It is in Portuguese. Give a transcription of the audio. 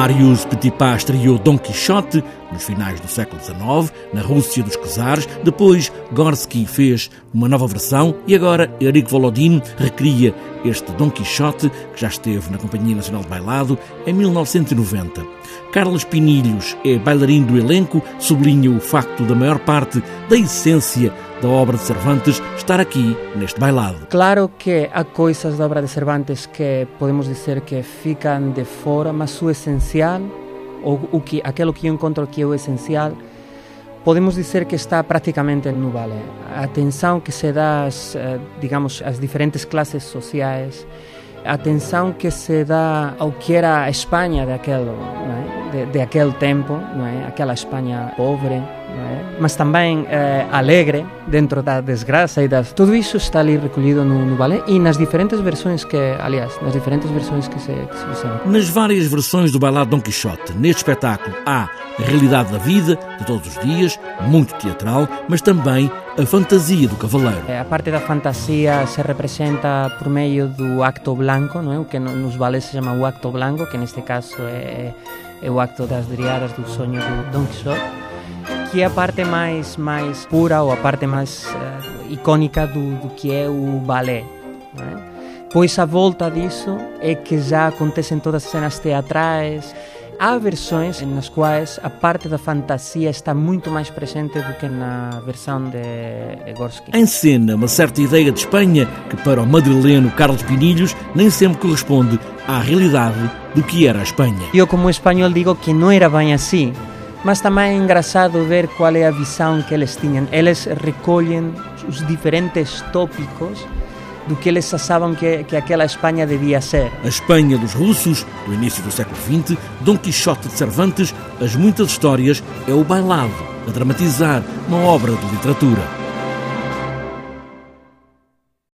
Marius Petipa estreou Dom Quixote nos finais do século XIX, na Rússia dos czares. Depois, Gorsky fez uma nova versão e agora Éric Volodin recria este Dom Quixote, que já esteve na Companhia Nacional de Bailado em 1990. Carlos Pinilhos é bailarino do elenco, sublinha o facto da maior parte da essência da obra de Cervantes estar aqui neste bailado. Claro que há coisas da obra de Cervantes que podemos dizer que ficam de fora, mas o essencial, aquilo que eu encontro que é o essencial, podemos dizer que está praticamente no balé. A atenção que se dá às diferentes classes sociais, a atenção que se dá ao que era a Espanha de aquele tempo, não é? Aquela Espanha pobre, não é? Mas também alegre dentro da desgraça tudo isso está ali recolhido no balé e nas diferentes versões que se fizeram. Nas várias versões do bailado Dom Quixote, neste espetáculo há a realidade da vida, de todos os dias, muito teatral, mas também a fantasia do cavaleiro. A parte da fantasia se representa por meio do acto blanco, não é? O que nos balés se chama o acto blanco, que neste caso é o acto das Dríadas do sonho do Dom Quixote, que é a parte mais pura ou a parte mais icónica do que é o balé, não é? Pois a volta disso é que já acontecem todas as cenas teatrais. Há versões nas quais a parte da fantasia está muito mais presente do que na versão de Gorsky. Em cena, uma certa ideia de Espanha que para o madrileno Carlos Pinilhos nem sempre corresponde à realidade do que era a Espanha. Eu, como espanhol, digo que não era bem assim, mas também é engraçado ver qual é a visão que eles tinham. Eles recolhem os diferentes tópicos do que eles achavam que aquela Espanha devia ser. A Espanha dos russos, do início do século XX, Dom Quixote de Cervantes, as muitas histórias, é o bailado, a dramatizar uma obra de literatura.